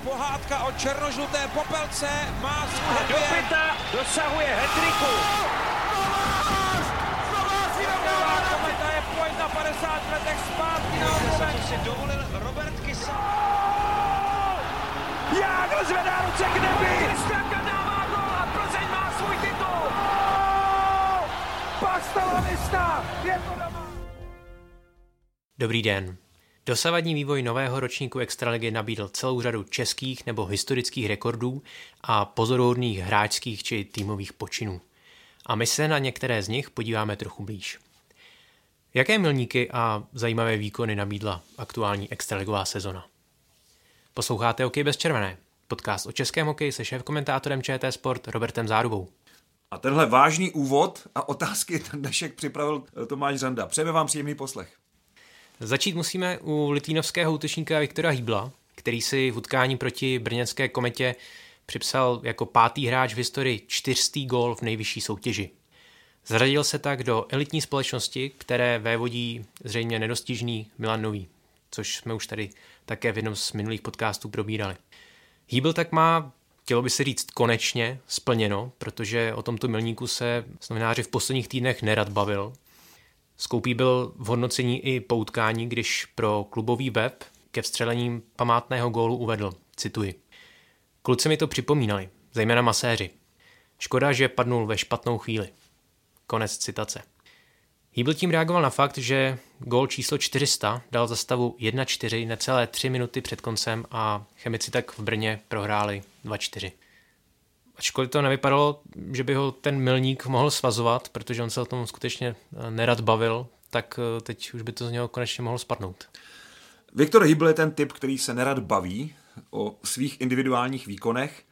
pohádka o černožluté popelce má svůj happy end. Dopita dosahuje hat-tricku. Kometa je pojď na 50 letech zpátky na obloven. To si dovolil Robert Kysa. Jágr zvedá ruce k nebi. Kristianka dává gól a Plzeň má svůj titul. Basta la vista, je to doma. Dobrý den. Dosavadní vývoj nového ročníku Extraligy nabídl celou řadu českých nebo historických rekordů a pozoruhodných hráčských či týmových počinů. A my se na některé z nich podíváme trochu blíž. Jaké milníky a zajímavé výkony nabídla aktuální extraligová sezona? Posloucháte Hokej bez červené, podcast o českém hokeji se šéfkomentátorem ČT Sport Robertem Zárubou. A tenhle vážný úvod a otázky ten dnešek připravil Tomáš Řanda. Přejeme vám příjemný poslech. Začít musíme u litvínovského útočníka Viktora Hýbla, který si v utkání proti brněnské Kometě připsal jako 5. hráč v historii 400. gól v nejvyšší soutěži. Zařadil se tak do elitní společnosti, které vévodí zřejmě nedostižný Milan Nový, což jsme už tady také v jednom z minulých podcastů probírali. Hýbl tak má, chtělo by se říct, konečně splněno, protože o tomto milníku se s novináři v posledních týdnech nerad bavil. Skoupý byl v hodnocení i po utkání, když pro klubový web ke vstřelením památného gólu uvedl, cituji: "Kluci mi to připomínali, zejména maséři. Škoda, že padnul ve špatnou chvíli." Konec citace. Hýbl tím reagoval na fakt, že gól číslo 400 dal za stavu 1-4 necelé 3 minuty před koncem a chemici tak v Brně prohráli 2-4. Ačkoliv to nevypadalo, že by ho ten milník mohl svazovat, protože on se o tom skutečně nerad bavil, tak teď už by to z něho konečně mohlo spadnout. Viktor Hýbl je ten typ, který se nerad baví o svých individuálních výkonech.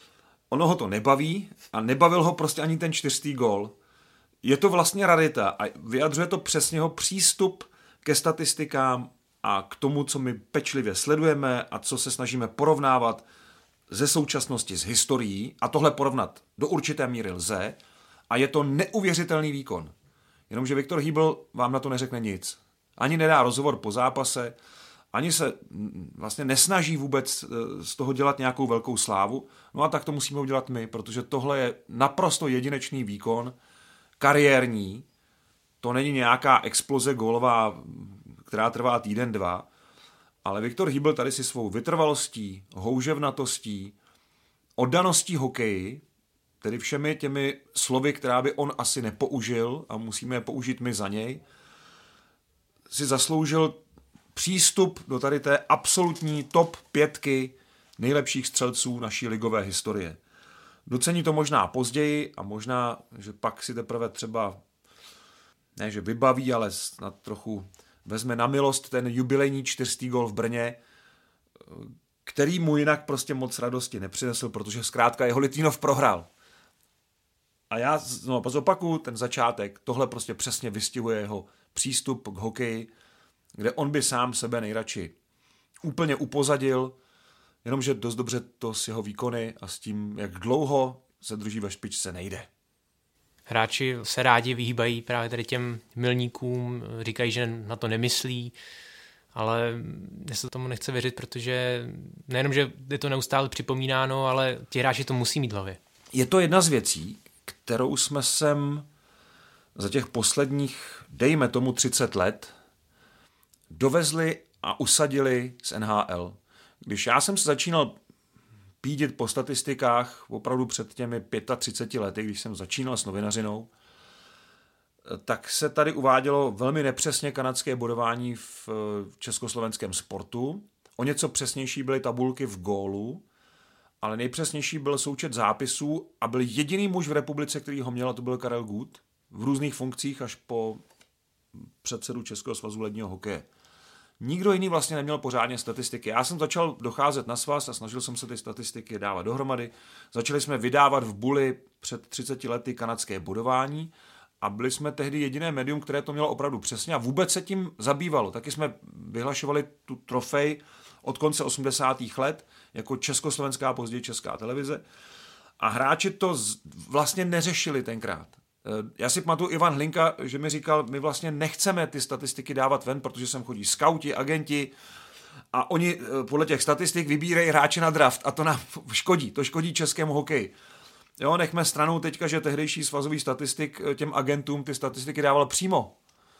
Ono ho to nebaví a nebavil ho prostě ani ten 400. gól. Je to vlastně rarita a vyjadřuje to přesně jeho přístup ke statistikám a k tomu, co my pečlivě sledujeme a co se snažíme porovnávat ze současnosti s historií, a tohle porovnat do určité míry lze, a je to neuvěřitelný výkon. Jenomže Viktor Hýbl vám na to neřekne nic. Ani nedá rozhovor po zápase, ani se vlastně nesnaží vůbec z toho dělat nějakou velkou slávu. No a tak to musíme udělat my, protože tohle je naprosto jedinečný výkon, kariérní. To není nějaká exploze gólová, která trvá týden, dva, ale Viktor Hýbl tady si svou vytrvalostí, houževnatostí, oddaností hokeji, tedy všemi těmi slovy, která by on asi nepoužil a musíme je použít my za něj, si zasloužil přístup do tady té absolutní top 5 nejlepších střelců naší ligové historie. Docení to možná později a možná, že pak si teprve třeba, ne že vybaví, ale snad trochu vezme na milost ten jubilejní 400. gól v Brně, který mu jinak prostě moc radosti nepřinesl, protože zkrátka jeho Litvínov prohrál. A já zopakuju ten začátek, tohle prostě přesně vystihuje jeho přístup k hokeji, kde on by sám sebe nejradši úplně upozadil, jenomže dost dobře to s jeho výkony a s tím, jak dlouho se drží ve špičce, nejde. Hráči se rádi vyhýbají právě tady těm milníkům, říkají, že na to nemyslí, ale já se tomu nechce věřit, protože nejenom, že je to neustále připomínáno, ale ti hráči to musí mít v hlavě. Je to jedna z věcí, kterou jsme sem za těch posledních, dejme tomu 30 let, dovezli a usadili z NHL. Když já jsem se začínal pídit po statistikách opravdu před těmi 35 lety, když jsem začínal s novinařinou, tak se tady uvádělo velmi nepřesně kanadské bodování v československém sportu. O něco přesnější byly tabulky v gólu, ale nejpřesnější byl součet zápisů a byl jediný muž v republice, který ho měl, a to byl Karel Gút, v různých funkcích až po předsedu Českého svazu ledního hokeje. Nikdo jiný vlastně neměl pořádně statistiky. Já jsem začal docházet na svaz a snažil jsem se ty statistiky dávat dohromady. Začali jsme vydávat v Bulli před 30 lety kanadské bodování a byli jsme tehdy jediné médium, které to mělo opravdu přesně a vůbec se tím zabývalo. Taky jsme vyhlašovali tu trofej od konce 80. let jako československá, později Česká televize a hráči to vlastně neřešili tenkrát. Já si pamatuju Ivan Hlinka, že mi říkal, my vlastně nechceme ty statistiky dávat ven, protože sem chodí skauti, agenti A oni podle těch statistik vybírají hráče na draft a to nám škodí, to škodí českému hokeji. Jo, nechme stranou teďka, že tehdejší svazový statistik těm agentům ty statistiky dával přímo.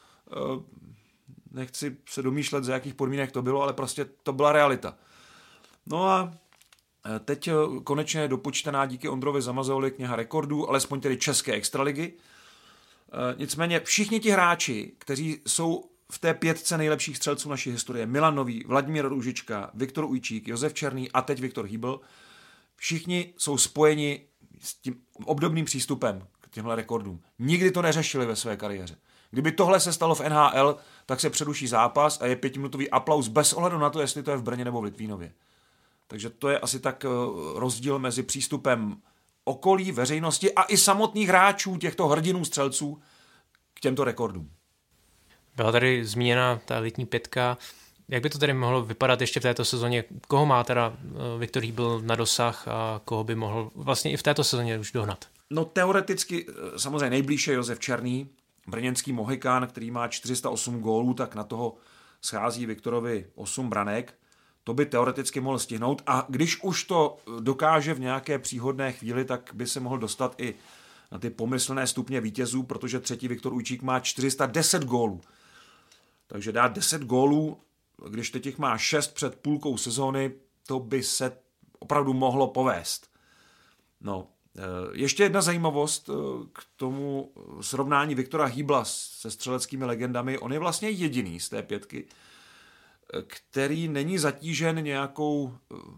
Nechci se domýšlet, za jakých podmínek to bylo, ale prostě to byla realita. No a teď konečně je dopočítaná díky Ondrovi Zamazouli kniha rekordů, alespoň tedy české extraligy. Nicméně všichni ti hráči, kteří jsou v té 5 nejlepších střelců naší historie, Milan Nový, Vladimír Růžička, Viktor Ujčík, Josef Černý a teď Viktor Hýbl, všichni jsou spojeni s tím obdobným přístupem k těmhle rekordům. Nikdy to neřešili ve své kariéře. Kdyby tohle se stalo v NHL, tak se přeruší zápas a je 5minutový aplaus bez ohledu na to, jestli to je v Brně nebo v Litvínově. Takže to je asi tak rozdíl mezi přístupem okolí, veřejnosti a i samotných hráčů těchto hrdinů střelců k těmto rekordům. Byla tady zmíněna ta elitní 5. Jak by to tady mohlo vypadat ještě v této sezóně? Koho má teda Viktor Hýbl na dosah a koho by mohl vlastně i v této sezóně už dohnat? No teoreticky samozřejmě nejblíž je Josef Černý, brněnský Mohikán, který má 408 gólů, tak na toho schází Viktorovi 8 branek. To by teoreticky mohl stihnout a když už to dokáže v nějaké příhodné chvíli, tak by se mohl dostat i na ty pomyslné stupně vítězů, protože třetí Viktor Ujčík má 410 gólů. Takže dát 10 gólů, když teď jich má 6 před půlkou sezóny, to by se opravdu mohlo povést. No, ještě jedna zajímavost k tomu srovnání Viktora Hýbla se střeleckými legendami. On je vlastně jediný z té 5, který není zatížen nějakou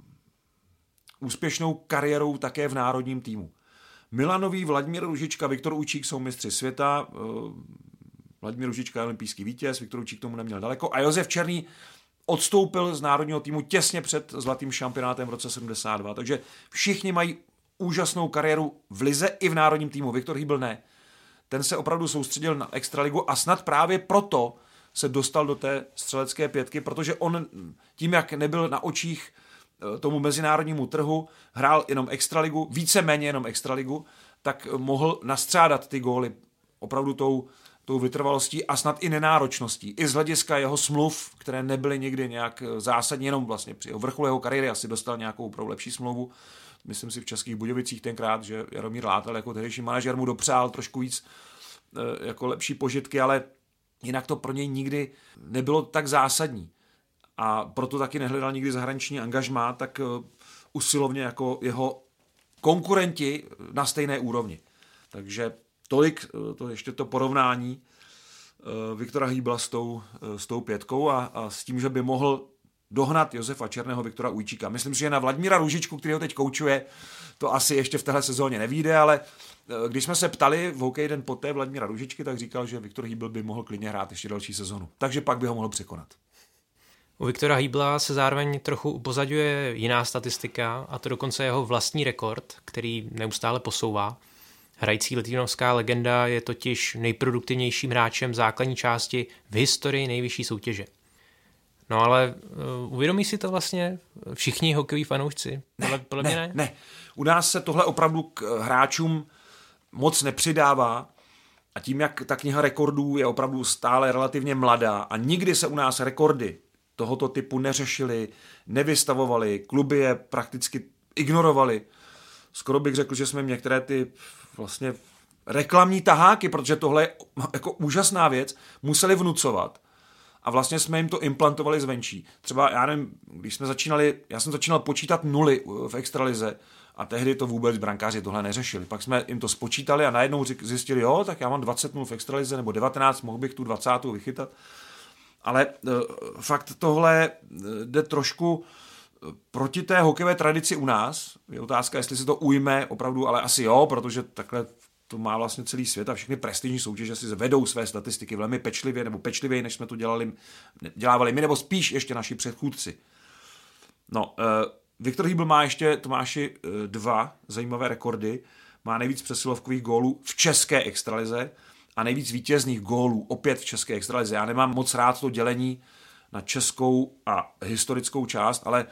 úspěšnou kariérou také v národním týmu. Milanový, Vladimír Růžička, Viktor Ujčík jsou mistři světa, Vladimír Růžička je olympijský vítěz, Viktor Ujčík tomu neměl daleko a Josef Černý odstoupil z národního týmu těsně před zlatým šampionátem v roce 72. Takže všichni mají úžasnou kariéru v lize i v národním týmu. Viktor Hýbl ne. Ten se opravdu soustředil na extraligu a snad právě proto se dostal do té střelecké 5, protože on tím, jak nebyl na očích tomu mezinárodnímu trhu, hrál jenom extraligu, víceméně jenom extraligu, tak mohl nastřádat ty góly opravdu tou vytrvalostí a snad i nenáročností. I z hlediska jeho smluv, které nebyly nikdy nějak zásadní, jenom vlastně při vrcholu jeho kariéry asi dostal nějakou opravdu lepší smlouvu. Myslím si v Českých Budějovicích tenkrát, že Jaromír Látal jako tehdejší manažer mu dopřál trošku víc jako lepší požitky, ale jinak to pro něj nikdy nebylo tak zásadní. A proto taky nehledal nikdy zahraniční angažmá tak usilovně jako jeho konkurenti na stejné úrovni. Takže tolik to ještě to porovnání Viktora Hýbla s tou 5 a s tím, že by mohl dohnat Josefa Černého, Viktora Ujčíka. Myslím si, že na Vladimíra Růžičku, který ho teď koučuje, to asi ještě v téhle sezóně nevyjde, ale když jsme se ptali v hokej den poté Vladimíra Růžičky, tak říkal, že Viktor Hýbl by mohl klidně hrát ještě další sezonu. Takže pak by ho mohl překonat. U Viktora Hýbla se zároveň trochu upozaďuje jiná statistika, a to dokonce jeho vlastní rekord, který neustále posouvá. Hrající litvínovská legenda je totiž nejproduktivnějším hráčem základní části v historii nejvyšší soutěže. No ale uvědomí si to vlastně všichni hokejoví fanoušci? Podle mě ne. U nás se tohle opravdu k hráčům moc nepřidává a tím, jak ta kniha rekordů je opravdu stále relativně mladá a nikdy se u nás rekordy tohoto typu neřešily, nevystavovaly, kluby je prakticky ignorovaly. Skoro bych řekl, že jsme některé ty vlastně reklamní taháky, protože tohle je jako úžasná věc, museli vnucovat. A vlastně jsme jim to implantovali zvenčí. Třeba, já nevím, když jsme začínali, já jsem začínal počítat nuly v extralize a tehdy to vůbec brankáři tohle neřešili. Pak jsme jim to spočítali a najednou zjistili, jo, tak já mám 20 nul v extralize nebo 19, mohl bych tu 20. vychytat. Ale fakt tohle jde trošku proti té hokejové tradici u nás. Je otázka, jestli se to ujme opravdu, ale asi jo, protože takhle to má vlastně celý svět a všechny prestižní soutěže si vedou své statistiky velmi pečlivě nebo pečlivěji, než jsme to dělávali my, nebo spíš ještě naši předchůdci. No, Viktor Hýbl má ještě, Tomáši, 2 zajímavé rekordy. Má nejvíc přesilovkových gólů v české extralize a nejvíc vítězných gólů opět v české extralize. Já nemám moc rád to dělení na českou a historickou část, ale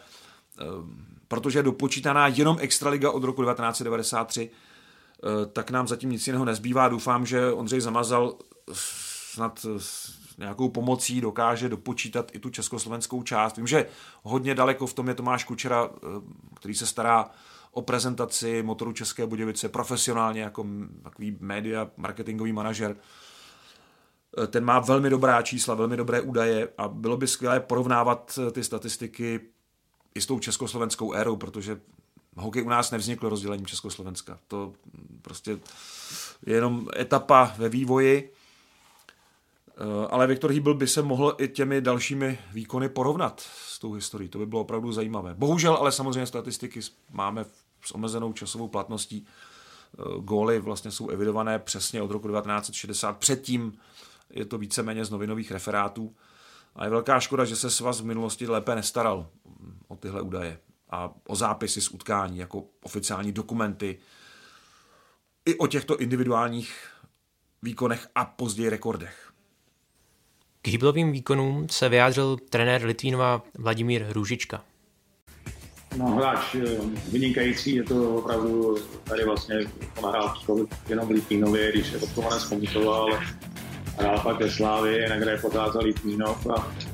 protože je dopočítaná jenom extraliga od roku 1993, tak nám zatím nic jiného nezbývá. Doufám, že Ondřej Zamazal snad nějakou pomocí dokáže dopočítat i tu československou část. Vím, že hodně daleko v tom je Tomáš Kučera, který se stará o prezentaci Motoru České Budějovice profesionálně jako takový média, marketingový manažer. Ten má velmi dobrá čísla, velmi dobré údaje a bylo by skvělé porovnávat ty statistiky i s tou československou érou, protože hokej u nás nevznikl rozdělením Československa. To prostě je jenom etapa ve vývoji, ale Viktor Hýbl by se mohl i těmi dalšími výkony porovnat s tou historií. To by bylo opravdu zajímavé. Bohužel, ale samozřejmě statistiky máme s omezenou časovou platností. Góly vlastně jsou evidované přesně od roku 1960. Předtím je to víceméně z novinových referátů. A je velká škoda, že se svaz v minulosti lépe nestaral o tyhle údaje a o zápisy z utkání jako oficiální dokumenty i o těchto individuálních výkonech a později rekordech. K Hýblovým výkonům se vyjádřil trenér Litvínova Vladimír Růžička. No, hráč vynikající, je to opravdu, tady vlastně on hrál jenom v Litvínově, když je odkované zkomutoval, hrál pak ve Slávii, hraje pořád za Litvínov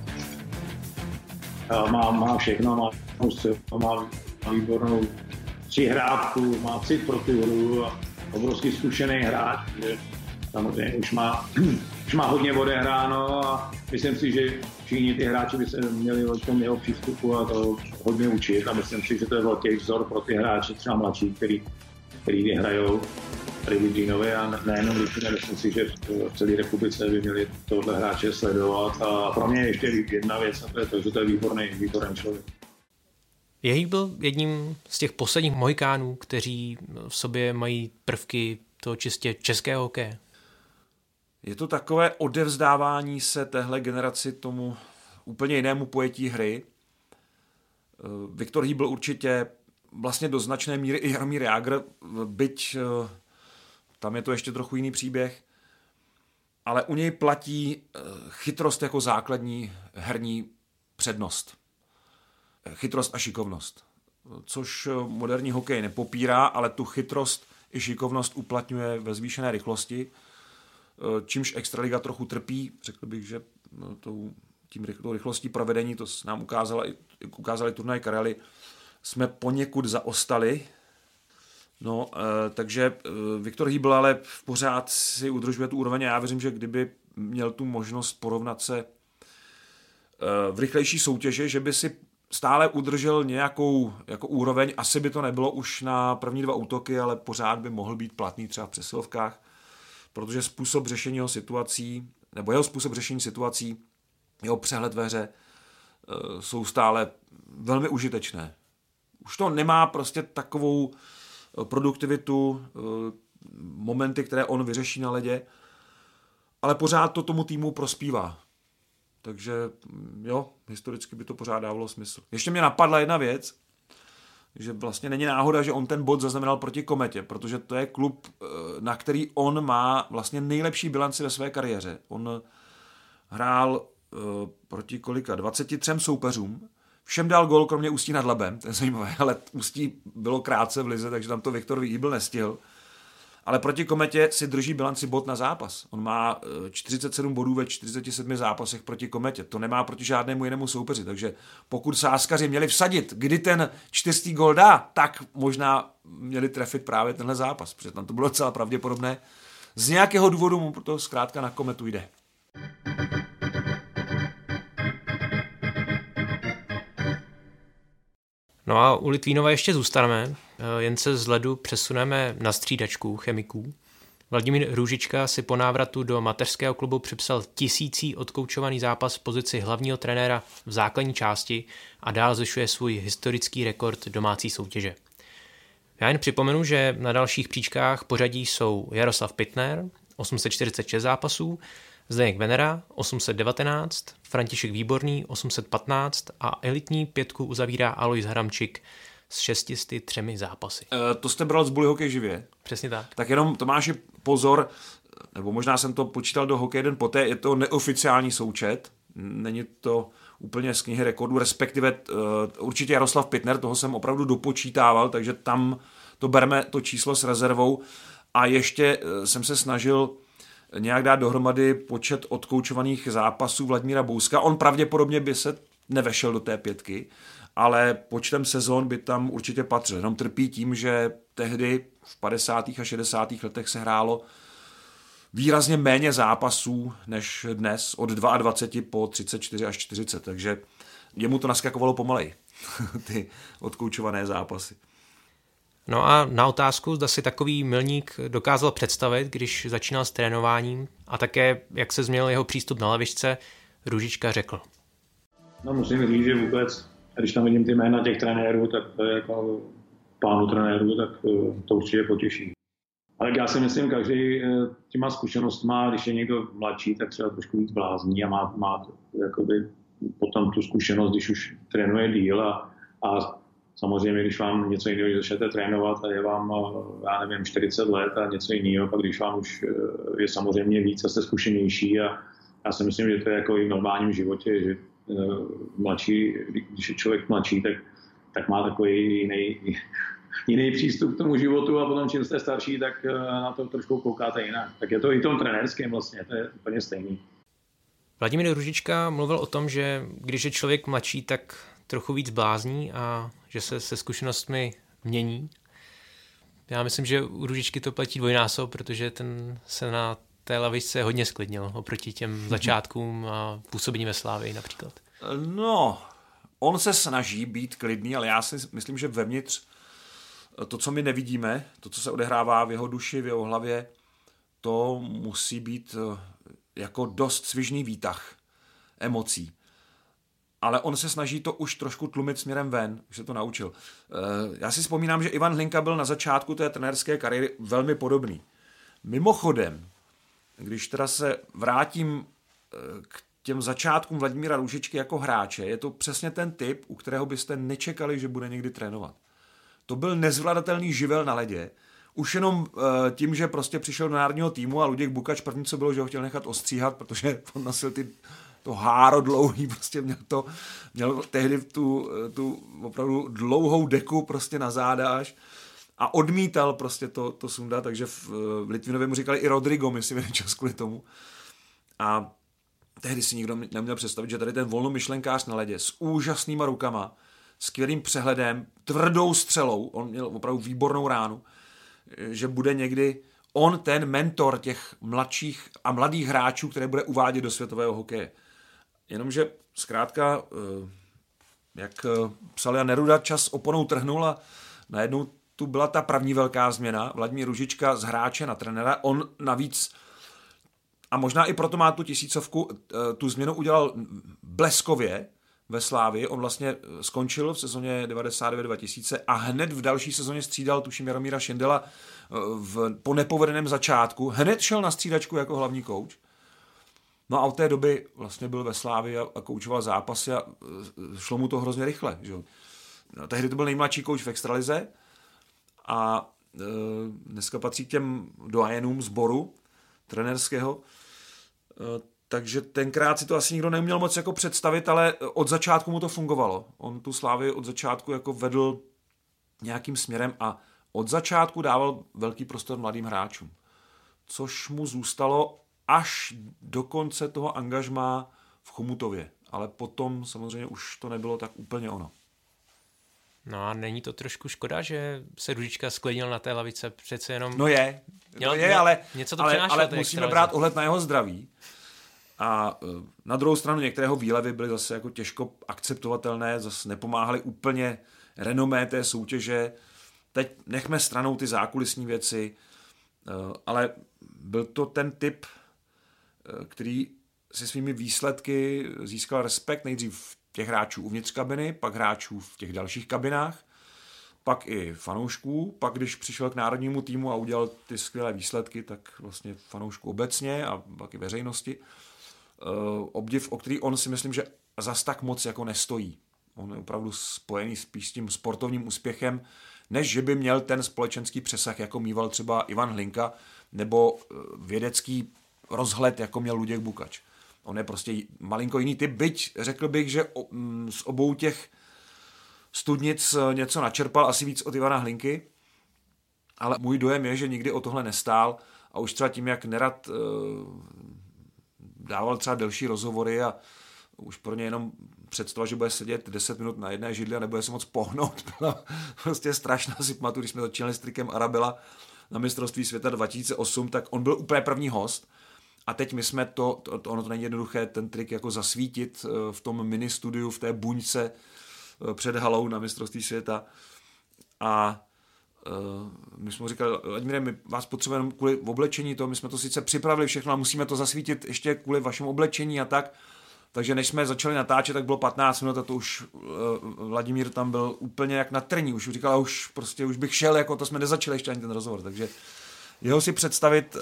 a má všechno, má výbornou přihrávku, má cit pro tu hru a obrovský zkušený hráč, že samozřejmě už má hodně odehráno a myslím si, že všichni ty hráči by se měli o tom jeho přístupu a to hodně učit a myslím si, že to je velký vzor pro ty hráči třeba mladší, který hrajou tady v Litvínově a nejenom v Litvínově, myslím si, že v celé republice by měli tohle hráče sledovat a pro mě ještě jedna věc a to je to, že to je výborný člověk. Je Hýbl jedním z těch posledních mohikánů, kteří v sobě mají prvky toho čistě českého hokeje? Je to takové odevzdávání se téhle generaci tomu úplně jinému pojetí hry. Viktor Hýbl určitě, vlastně do značné míry i Jaromír Jágr, byť tam je to ještě trochu jiný příběh, ale u něj platí chytrost jako základní herní přednost. Chytrost a šikovnost. Což moderní hokej nepopírá, ale tu chytrost i šikovnost uplatňuje ve zvýšené rychlosti, čímž extraliga trochu trpí. Řekl bych, že tou rychlostí provedení, to nám ukázali turnaj Karely, jsme poněkud zaostali. No, takže Viktor Hýbl ale pořád si udržuje tu úroveň a já věřím, že kdyby měl tu možnost porovnat se v rychlejší soutěži, že by si stále udržel nějakou jako úroveň, asi by to nebylo už na první 2 útoky, ale pořád by mohl být platný třeba v přesilovkách, protože způsob řešení jeho situací, nebo jeho způsob řešení situací, jeho přehled ve hře jsou stále velmi užitečné. Už to nemá prostě takovou produktivitu, momenty, které on vyřeší na ledě, ale pořád to tomu týmu prospívá. Takže jo, historicky by to pořád dávalo smysl. Ještě mě napadla jedna věc, že vlastně není náhoda, že on ten bod zaznamenal proti Kometě, protože to je klub, na který on má vlastně nejlepší bilanci ve své kariéře. On hrál proti 23 soupeřům, všem dal gól, kromě Ústí nad Labem, to je zajímavé, ale Ústí bylo krátce v lize, takže tam to Viktor Hýbl nestihl. Ale proti Kometě si drží bilanci bod na zápas. On má 47 bodů ve 47 zápasech proti Kometě. To nemá proti žádnému jinému soupeři. Takže pokud sázkaři měli vsadit, kdy ten 4. gól dá, tak možná měli trefit právě tenhle zápas, protože tam to bylo docela pravděpodobné. Z nějakého důvodu mu to zkrátka na Kometu jde. No a u Litvínova ještě zůstaneme, jen se z ledu přesuneme na střídačku chemiků. Vladimír Růžička si po návratu do mateřského klubu připsal 1000. odkoučovaný zápas v pozici hlavního trenéra v základní části a dál zvyšuje svůj historický rekord domácí soutěže. Já jen připomenu, že na dalších příčkách pořadí jsou Jaroslav Pitner, 846 zápasů, Zdeněk Venera, 819, František Výborný, 815 a elitní 5 uzavírá Alois Hramčík s 603 zápasy. To jste bral z Bully Hokej živě? Přesně tak. Tak jenom Tomáši pozor, nebo možná jsem to počítal do Hokej den poté, je to neoficiální součet, není to úplně z knihy rekordů, respektive určitě Jaroslav Pitner, toho jsem opravdu dopočítával, takže tam to bereme to číslo s rezervou a ještě jsem se snažil nějak dát dohromady počet odkoučovaných zápasů Vladimíra Bouska. On pravděpodobně by se nevešel do té 5, ale počtem sezon by tam určitě patřil. Jenom trpí tím, že tehdy v 50. a 60. letech se hrálo výrazně méně zápasů než dnes, od 22 po 34 až 40, takže jemu to naskakovalo pomalej, ty odkoučované zápasy. No a na otázku, zda si takový milník dokázal představit, když začínal s trénováním a také, jak se změnil jeho přístup na lavičce, Růžička řekl. No musím říct, že vůbec, když tam vidím ty jména těch trenérů, tak to je jako pánu trenérů, tak to určitě potěší. Ale já si myslím, každý těma zkušenostma, když je někdo mladší, tak třeba trošku víc blázní a má jakoby potom tu zkušenost, když už trénuje díl a samozřejmě, když vám něco jiného, když začnete trénovat a je vám, já nevím, 40 let a něco jiného, pak když vám už je samozřejmě víc a jste zkušenější a já si myslím, že to je jako i v normálním životě, že mladší, když je člověk mladší, tak má takový jiný přístup k tomu životu a potom čím jste starší, tak na to trošku koukáte jinak. Tak je to i tom trenérském vlastně, to je úplně stejný. Vladimír Růžička mluvil o tom, že když je člověk mladší, tak trochu víc blázní a že se se zkušenostmi mění. Já myslím, že u Růžičky to platí dvojnásob, protože ten se na té lavičce hodně sklidnil oproti těm začátkům a působení ve Slávii například. No, on se snaží být klidný, ale já si myslím, že vevnitř to, co my nevidíme, to, co se odehrává v jeho duši, v jeho hlavě, to musí být jako dost svižný výtah emocí. Ale on se snaží to už trošku tlumit směrem ven, už se to naučil. Já si vzpomínám, že Ivan Hlinka byl na začátku té trenérské kariéry velmi podobný. Mimochodem, když teda se vrátím k těm začátkům Vladimíra Růžičky jako hráče, je to přesně ten typ, u kterého byste nečekali, že bude někdy trénovat. To byl nezvladatelný živel na ledě. Už jenom tím, že prostě přišel do národního týmu a Luděk Bukač první, co bylo, že ho chtěl nechat ostříhat, protože on nosil to háro dlouhý, prostě měl tehdy tu opravdu dlouhou deku prostě na zádáž a odmítal prostě to sundat, takže v Litvinově mu říkali i Rodrigo, myslím, jeden čas kvůli tomu. A tehdy si nikdo neměl představit, že tady ten volnomyšlenkář na ledě s úžasnýma rukama, skvělým přehledem, tvrdou střelou, on měl opravdu výbornou ránu, že bude někdy on ten mentor těch mladších a mladých hráčů, které bude uvádět do světového hokeje. Jenomže zkrátka, jak psal Jan Neruda, čas oponou trhnul a najednou tu byla ta první velká změna. Vladimír Růžička z hráče na trenéra, on navíc, a možná i proto má tu 1000, tu změnu udělal bleskově ve Slávii. On vlastně skončil v sezóně 99-2000 a hned v další sezóně střídal, tuším, Jaromíra Šindela po nepovedeném začátku. Hned šel na střídačku jako hlavní kouč. No a od té doby vlastně byl ve Slávii a koučoval zápasy a šlo mu to hrozně rychle. Že? No, tehdy to byl nejmladší kouč v extralize a dneska patří k těm doyenům sboru trenérského, takže tenkrát si to asi nikdo neuměl moc jako představit, ale od začátku mu to fungovalo. On tu Slávii od začátku jako vedl nějakým směrem a od začátku dával velký prostor mladým hráčům, což mu zůstalo až do konce toho angažmá v Chomutově. Ale potom samozřejmě už to nebylo tak úplně ono. No a není to trošku škoda, že se Růžička sklidnil na té lavice? Přece jenom... No je, ale musíme brát ohled na jeho zdraví. A na druhou stranu některého výlevy byly zase jako těžko akceptovatelné, zase nepomáhaly úplně renomé té soutěže. Teď nechme stranou ty zákulisní věci, ale byl to ten typ, který si svými výsledky získal respekt nejdřív těch hráčů uvnitř kabiny, pak hráčů v těch dalších kabinách, pak i fanoušků, pak když přišel k národnímu týmu a udělal ty skvělé výsledky, tak vlastně fanoušků obecně a pak i veřejnosti. Obdiv, o který on si myslím, že zas tak moc jako nestojí. On je opravdu spojený spíš s tím sportovním úspěchem, než že by měl ten společenský přesah, jako mýval třeba Ivan Hlinka, nebo vědecký rozhled, jako měl Luděk Bukač. On je prostě malinko jiný typ, byť řekl bych, že z obou těch studnic něco načerpal, asi víc od Ivana Hlinky, ale můj dojem je, že nikdy o tohle nestál a už třeba tím, jak nerad dával třeba delší rozhovory a už pro ně jenom představa, že bude sedět 10 minut na jedné židli a nebude se moc pohnout, byla prostě strašná. Si pamatuju, když jsme začínali s trikem Arabela na mistrovství světa 2008, tak on byl úplně první host a teď my jsme ono to není jednoduché, ten trik jako zasvítit v tom mini studiu, v té buňce před halou na mistrovství světa a my jsme mu říkali, Vladimíre, my vás potřebujeme kvůli oblečení toho, my jsme to sice připravili všechno a musíme to zasvítit ještě kvůli vašemu oblečení a tak. Takže než jsme začali natáčet, tak bylo 15 minut a to už Vladimír tam byl úplně jak na trní. Už říkal, už bych šel, jako to jsme nezačali ještě ani ten rozhovor. Takže jeho si představit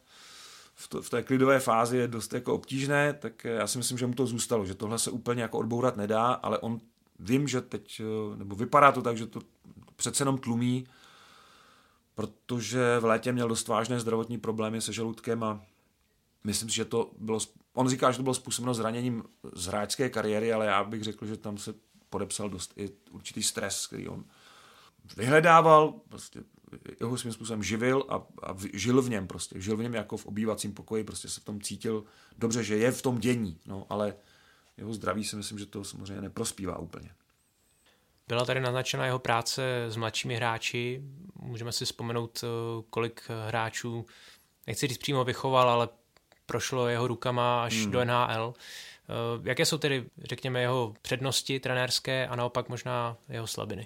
v té klidové fázi je dost jako obtížné, tak já si myslím, že mu to zůstalo, že tohle se úplně jako odbourat nedá, ale on vím, že teď, nebo vypadá to tak, že to přece jenom tlumí, protože v létě měl dost vážné zdravotní problémy se žaludkem a myslím si, že to bylo, on říká, že to bylo způsobeno zraněním z hráčské kariéry, ale já bych řekl, že tam se podepsal dost i určitý stres, který on vyhledával, prostě jeho svým způsobem živil a žil v něm prostě, žil v něm jako v obývacím pokoji, prostě se v tom cítil dobře, že je v tom dění, no, ale jeho zdraví si myslím, že to samozřejmě neprospívá úplně. Byla tady naznačena jeho práce s mladšími hráči, můžeme si vzpomenout, kolik hráčů, nechci říct přímo vychoval, ale prošlo jeho rukama až do NHL. Jaké jsou tedy, řekněme, jeho přednosti trenérské a naopak možná jeho slabiny?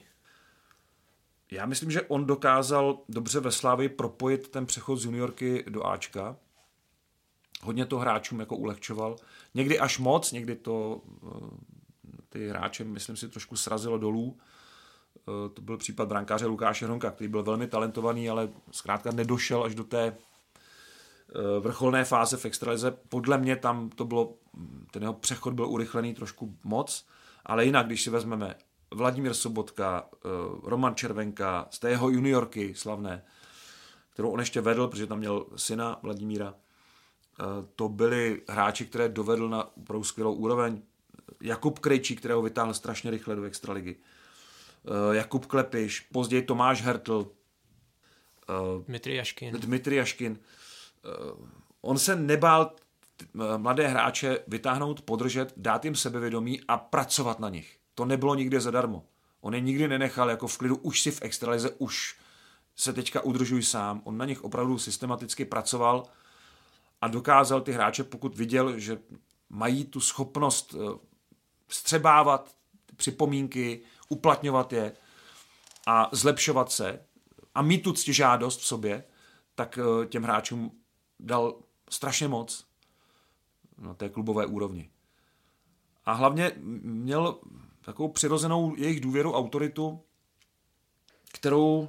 Já myslím, že on dokázal dobře ve Slavii propojit ten přechod z juniorky do Ačka. Hodně to hráčům jako ulehčoval. Někdy až moc, někdy to ty hráče, myslím si, trošku srazilo dolů. To byl případ brankáře Lukáše Hronka, který byl velmi talentovaný, ale zkrátka nedošel až do té vrcholné fáze v extralize. Podle mě tam to bylo, ten jeho přechod byl urychlený trošku moc, ale jinak, když si vezmeme Vladimír Sobotka, Roman Červenka, z té jeho juniorky slavné, kterou on ještě vedl, protože tam měl syna Vladimíra, to byli hráči, které dovedl na opravdu skvělou úroveň. Jakub Krejčí, kterého vytáhl strašně rychle do extraligy. Jakub Klepiš, později Tomáš Hertl, Dmitrij Jaškin. On se nebál mladé hráče vytáhnout, podržet, dát jim sebevědomí a pracovat na nich. To nebylo nikdy zadarmo. On je nikdy nenechal jako v klidu, už si v extralize, už se teďka udržuj sám. On na nich opravdu systematicky pracoval a dokázal ty hráče, pokud viděl, že mají tu schopnost vstřebávat připomínky, uplatňovat je a zlepšovat se a mít tu ctižádost v sobě, tak těm hráčům dal strašně moc na té klubové úrovni. A hlavně měl takovou přirozenou jejich důvěru, autoritu, kterou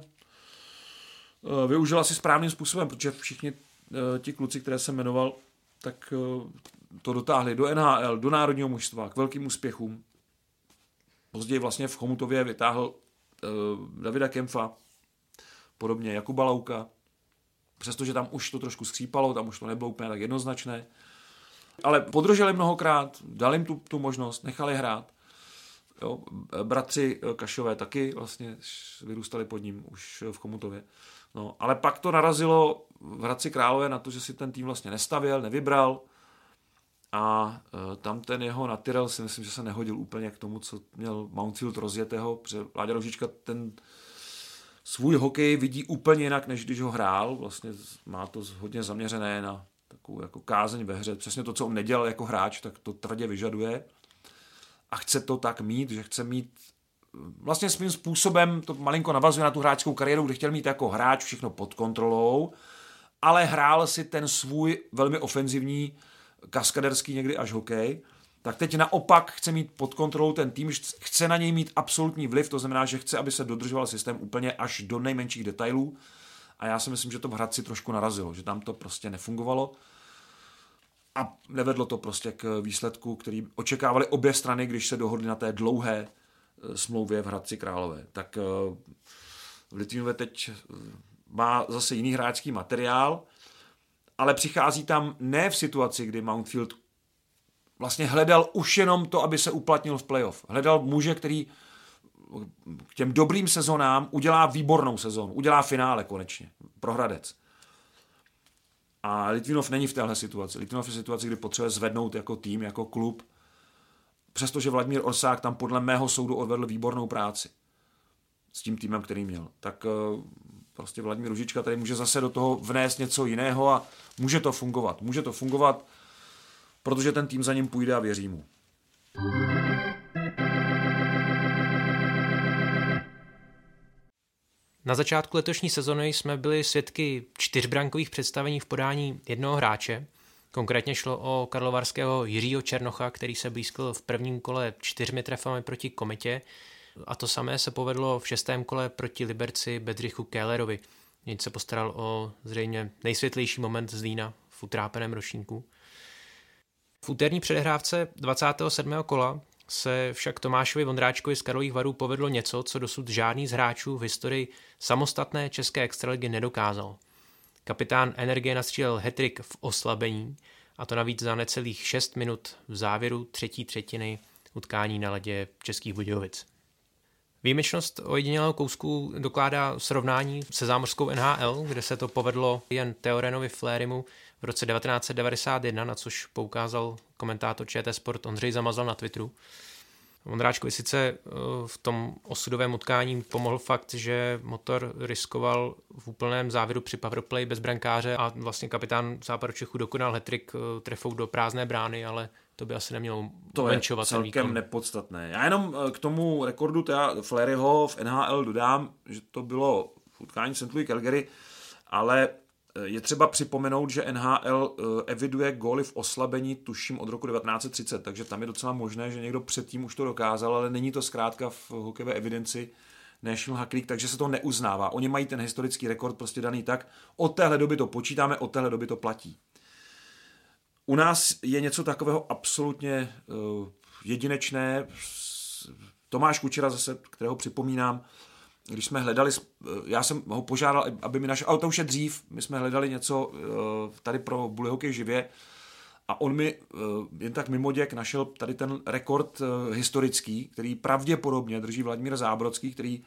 využil asi správným způsobem, protože všichni ti kluci, které jsem jmenoval, tak to dotáhli do NHL, do národního mužstva, k velkým úspěchům. Později vlastně v Chomutově vytáhl Davida Kempfa, podobně Jakuba Lauka, přestože tam už to trošku skřípalo, tam už to nebylo úplně tak jednoznačné. Ale podrželi mnohokrát, dali jim tu možnost, nechali hrát. Jo, bratři Kašové taky vlastně vyrůstali pod ním už v Chomutově. No, ale pak to narazilo v Hradci Králové na to, že si ten tým vlastně nestavěl, nevybral a tam ten jeho Natyrel si myslím, že se nehodil úplně k tomu, co měl Mountfield rozjetého, protože Láďa Růžička ten svůj hokej vidí úplně jinak, než když ho hrál. Vlastně má to hodně zaměřené na takovou jako kázeň ve hře. Přesně to, co on nedělal jako hráč, tak to tvrdě vyžaduje. A chce to tak mít, že chce mít vlastně svým způsobem, to malinko navazuje na tu hráčskou kariéru, kde chtěl mít jako hráč všechno pod kontrolou, ale hrál si ten svůj velmi ofenzivní, kaskaderský někdy až hokej. Tak teď naopak chce mít pod kontrolou ten tým, chce na něj mít absolutní vliv, to znamená, že chce, aby se dodržoval systém úplně až do nejmenších detailů. A já si myslím, že to v Hradci trošku narazilo, že tam to prostě nefungovalo. A nevedlo to prostě k výsledku, který očekávali obě strany, když se dohodli na té dlouhé smlouvě v Hradci Králové. Tak v Litvínově teď má zase jiný hráčský materiál, ale přichází tam ne v situaci, kdy Mountfield vlastně hledal už jenom to, aby se uplatnil v playoff. Hledal muže, který k těm dobrým sezonám udělá výbornou sezonu, udělá finále konečně pro Hradec. A Litvinov není v téhle situaci. Litvinov je v situaci, kdy potřebuje zvednout jako tým, jako klub. Přestože Vladimír Orsák tam podle mého soudu odvedl výbornou práci s tím týmem, který měl. Tak prostě Vladimír Růžička tady může zase do toho vnést něco jiného a může to fungovat. Může to fungovat, protože ten tým za ním půjde a věří mu. Na začátku letošní sezony jsme byli svědky 4brankových představení v podání jednoho hráče. Konkrétně šlo o karlovarského Jiřího Černocha, který se blízkl v prvním kole 4 trefami proti Kometě. A to samé se povedlo v 6. kole proti Liberci Bedřichu Kélerovi. Něj se postaral o zřejmě nejsvětlejší moment z Zlína v utrápeném ročníku. V úterní předehrávce 27. kola se však Tomášovi Vondráčkovi z Karlových Varů povedlo něco, co dosud žádný z hráčů v historii samostatné české extraligy nedokázal. Kapitán Energie nastřílel hat-trick v oslabení, a to navíc za necelých 6 minut v závěru třetí třetiny utkání na ledě Českých Budějovic. Výjimečnost ojedinělého kousku dokládá srovnání se zámořskou NHL, kde se to povedlo jen Theorenovi Flérimu v roce 1991, na což poukázal komentátor ČT Sport Ondřej Zamazal na Twitteru. Vondráčkovi sice v tom osudovém utkání pomohl fakt, že Motor riskoval v úplném závěru při powerplay bez brankáře a vlastně kapitán Západočechu dokonal hat-trick trefou do prázdné brány, ale to by asi nemělo umenšovat ten výkon. To je celkem nepodstatné. Já jenom k tomu rekordu Fleuryho v NHL dodám, že to bylo v utkání St. Louis Calgary, ale je třeba připomenout, že NHL eviduje góly v oslabení tuším od roku 1930, takže tam je docela možné, že někdo předtím už to dokázal, ale není to zkrátka v hokejové evidenci National Hockey League, takže se to neuznává. Oni mají ten historický rekord prostě daný tak, od téhle doby to počítáme, od téhle doby to platí. U nás je něco takového absolutně jedinečné. Tomáš Kučera zase, kterého připomínám, když jsme hledali, já jsem ho požádal, aby mi našel, ale to už je dřív, my jsme hledali něco tady pro Bully Hokej živě a on mi jen tak mimoděk našel tady ten rekord historický, který pravděpodobně drží Vladimír Zábrodský, který,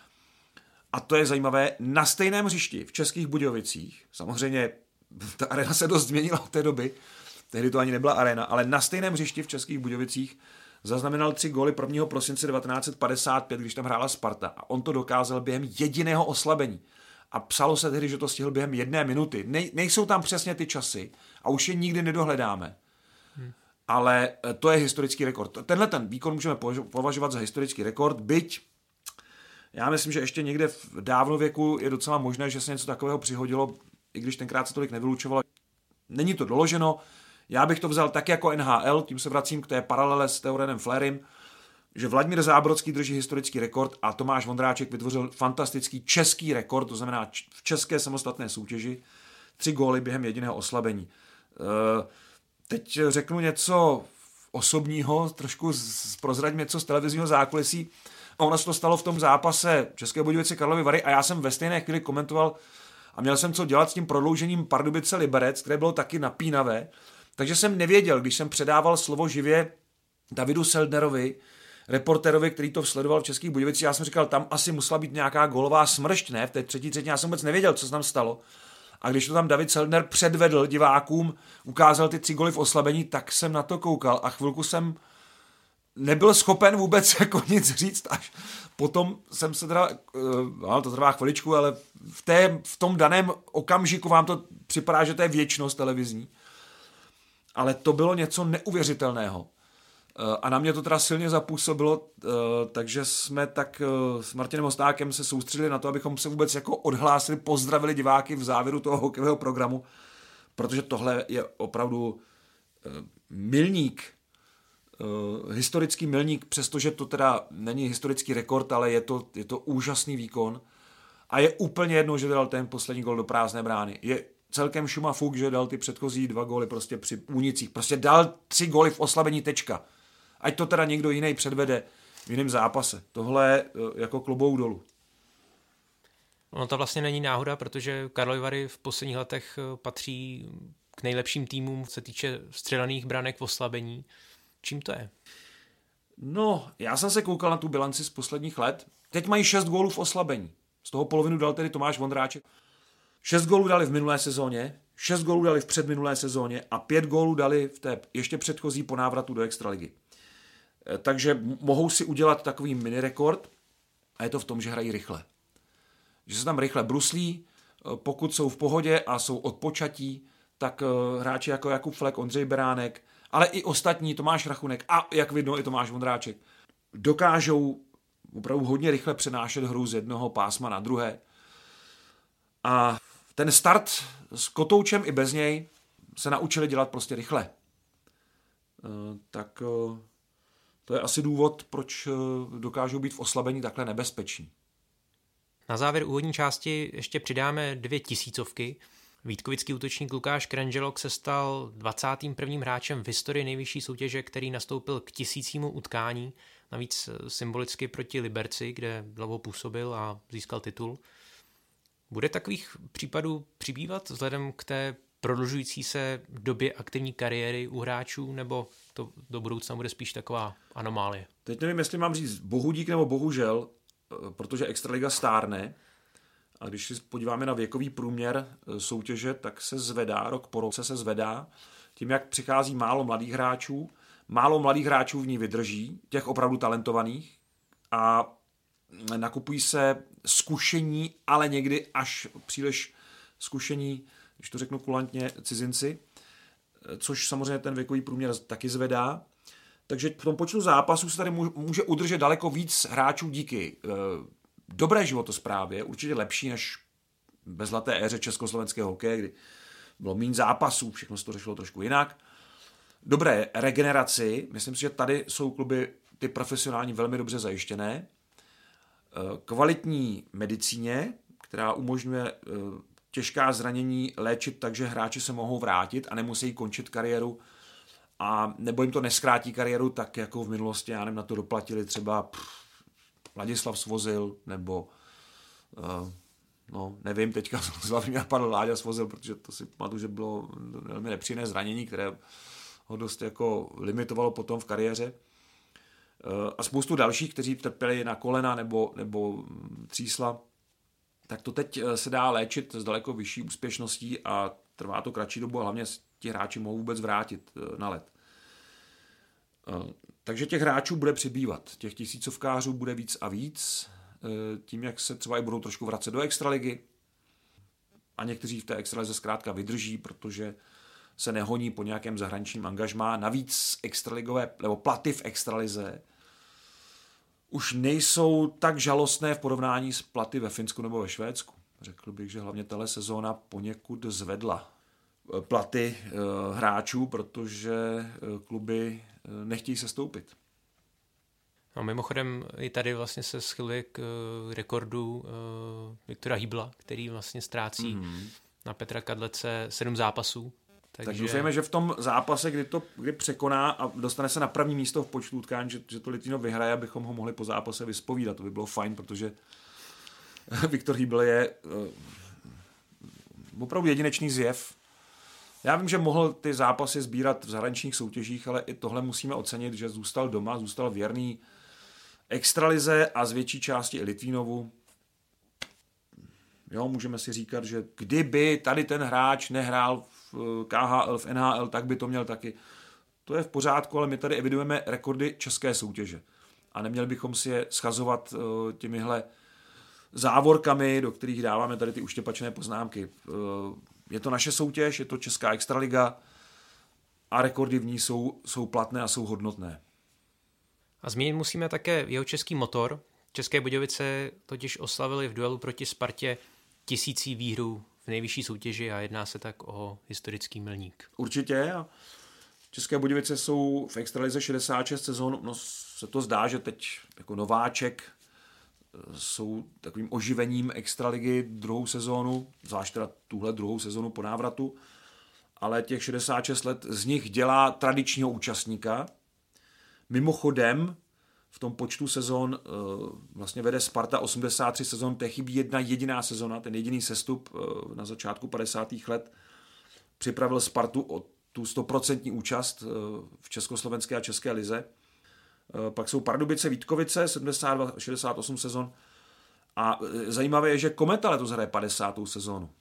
a to je zajímavé, na stejném hřišti v Českých Budějovicích, samozřejmě ta arena se dost změnila od té doby, tehdy to ani nebyla arena, ale na stejném hřišti v Českých Budějovicích zaznamenal 3 góly 1. prosince 1955, když tam hrála Sparta. A on to dokázal během jediného oslabení. A psalo se tehdy, že to stihl během 1 minuty. Nejsou tam přesně ty časy a už je nikdy nedohledáme. Ale to je historický rekord. Tenhle ten výkon můžeme považovat za historický rekord, byť já myslím, že ještě někde v dávnověku je docela možné, že se něco takového přihodilo, i když tenkrát se tolik nevylučovalo. Není to doloženo. Já bych to vzal tak jako NHL, tím se vracím k té paralele s Theorenem Flérym, že Vladimír Zábrodský drží historický rekord a Tomáš Vondráček vytvořil fantastický český rekord, to znamená v české samostatné soutěži, 3 góly během jediného oslabení. Teď řeknu něco osobního, trošku prozradím něco z televizního zákulisí. A ono se to stalo v tom zápase České Budějovice Karlovy Vary a já jsem ve stejné chvíli komentoval a měl jsem co dělat s tím prodloužením Pardubice Liberec, které bylo taky napínavé. Takže jsem nevěděl, když jsem předával slovo živě Davidu Seldnerovi, reportérovi, který to sledoval v Českých Budějovicích, já jsem říkal, tam asi musela být nějaká gólová smršť, ne? V té třetí třetině já jsem vůbec nevěděl, co se tam stalo. A když to tam David Seldner předvedl divákům, ukázal ty 3 góly v oslabení, tak jsem na to koukal a chvilku jsem nebyl schopen vůbec jako nic říct, až potom jsem se teda, to trvá chviličku, ale v tom daném okamžiku vám to připadá, že to je věčnost televizní. Ale to bylo něco neuvěřitelného. A na mě to teda silně zapůsobilo, takže jsme tak s Martinem Hostákem se soustředili na to, abychom se vůbec jako odhlásili, pozdravili diváky v závěru toho hokejového programu, protože tohle je opravdu milník, historický milník, přestože to teda není historický rekord, ale je to úžasný výkon. A je úplně jedno, že dal ten poslední gól do prázdné brány. Je celkem šuma fuk, že dal ty předchozí 2 góly prostě při únicích. Prostě dal 3 góly v oslabení, tečka. Ať to teda někdo jiný předvede v jiném zápase. Tohle jako klobouk dolů. Ono to vlastně není náhoda, protože Karlovy Vary v posledních letech patří k nejlepším týmům, co se týče střelených branek v oslabení. Čím to je? No, já jsem se koukal na tu bilanci z posledních let. Teď mají 6 gólů v oslabení. Z toho polovinu dal tedy Tomáš Vondráček. 6 gólů dali v minulé sezóně, 6 gólů dali v předminulé sezóně a 5 gólů dali v té ještě předchozí po návratu do extraligy. Takže mohou si udělat takový mini rekord a je to v tom, že hrají rychle. Že se tam rychle bruslí, pokud jsou v pohodě a jsou odpočatí, tak hráči jako Jakub Flek, Ondřej Beránek, ale i ostatní, Tomáš Rachunek a jak vidno i Tomáš Vondráček, dokážou opravdu hodně rychle přenášet hru z jednoho pásma na druhé. A ten start s Kotoučem i bez něj se naučili dělat prostě rychle. Tak to je asi důvod, proč dokážou být v oslabení takhle nebezpeční. Na závěr úvodní části ještě přidáme 2 tisícovky. Vítkovický útočník Lukáš Kranželok se stal 21. hráčem v historii nejvyšší soutěže, který nastoupil k 1000. utkání, navíc symbolicky proti Liberci, kde dlouho působil a získal titul. Bude takových případů přibývat vzhledem k té prodlužující se době aktivní kariéry u hráčů, nebo to do budoucna bude spíš taková anomálie? Teď nevím, jestli mám říct bohudík nebo bohužel, protože extraliga stárne a když si podíváme na věkový průměr soutěže, tak se zvedá, rok po roce se zvedá. Tím, jak přichází málo mladých hráčů v ní vydrží, těch opravdu talentovaných a nakupují se zkušení, ale někdy až příliš zkušení, když to řeknu kulantně, cizinci, což samozřejmě ten věkový průměr taky zvedá. Takže v tom počtu zápasů se tady může udržet daleko víc hráčů díky dobré životosprávě, určitě lepší než ve zlaté éře československého hokeje, kdy bylo méně zápasů, všechno se to řešilo trošku jinak. Dobré regeneraci, myslím si, že tady jsou kluby ty profesionální velmi dobře zajištěné. Kvalitní medicíně, která umožňuje těžká zranění léčit tak, že hráči se mohou vrátit a nemusí končit kariéru a nebo jim to neskrátí kariéru tak, jako v minulosti, já nevím, na to doplatili třeba Ladislav Svozil, nebo nevím, teďka z hlavy mě napadl Láďa Svozil, protože to si pamatuju, že bylo velmi nepříjemné zranění, které ho dost jako limitovalo potom v kariéře. A spoustu dalších, kteří trpěli na kolena nebo třísla, tak to teď se dá léčit s daleko vyšší úspěšností a trvá to kratší dobu a hlavně ti hráči mohou vůbec vrátit na led. Takže těch hráčů bude přibývat. Těch tisícovkářů bude víc a víc. Tím, jak se třeba i budou trošku vracet do extraligy. A někteří v té extralize zkrátka vydrží, protože se nehoní po nějakém zahraničním angažmá. Navíc extraligové, nebo platy v extralize už nejsou tak žalostné v porovnání s platy ve Finsku nebo ve Švédsku. Řekl bych, že hlavně tahle sezóna poněkud zvedla platy hráčů, protože kluby nechtějí se stoupit. No, mimochodem i tady vlastně se schyluje k rekordu Viktora Hýbla, který vlastně ztrácí na Petra Kadlece 7 zápasů. Tak doufejme, že v tom zápase, kdy překoná a dostane se na první místo v počtu utkání, že to Litvínov vyhraje, abychom ho mohli po zápase vyspovídat. To by bylo fajn, protože Viktor Hýbl je opravdu jedinečný zjev. Já vím, že mohl ty zápasy sbírat v zahraničních soutěžích, ale i tohle musíme ocenit, že zůstal doma, zůstal věrný extralize a z větší části i Litvínovu. Jo, můžeme si říkat, že kdyby tady ten hráč nehrál v KHL, v NHL, tak by to měl taky. To je v pořádku, ale my tady evidujeme rekordy české soutěže. A neměli bychom si je schazovat těmihle závorkami, do kterých dáváme tady ty uštěpačné poznámky. Je to naše soutěž, je to česká extraliga a rekordy v ní jsou platné a jsou hodnotné. A zmínit musíme také jeho český motor. České Budějovice totiž oslavili v duelu proti Spartě 1000. výhru v nejvyšší soutěži a jedná se tak o historický milník. Určitě. A České Budějovice jsou v extralize 66 sezon. No, se to zdá, že teď jako nováček jsou takovým oživením extraligy druhou sezónu, zvlášť teda tuhle druhou sezónu po návratu, ale těch 66 let z nich dělá tradičního účastníka. Mimochodem, v tom počtu sezon vlastně vede Sparta 83 sezon, té chybí jedna jediná sezona, ten jediný sestup na začátku 50. let připravil Spartu o tu 100% účast v československé a české lize. Pak jsou Pardubice, Vítkovice, 72-68 sezon. A zajímavé je, že Kometa letos hraje 50. sezónu.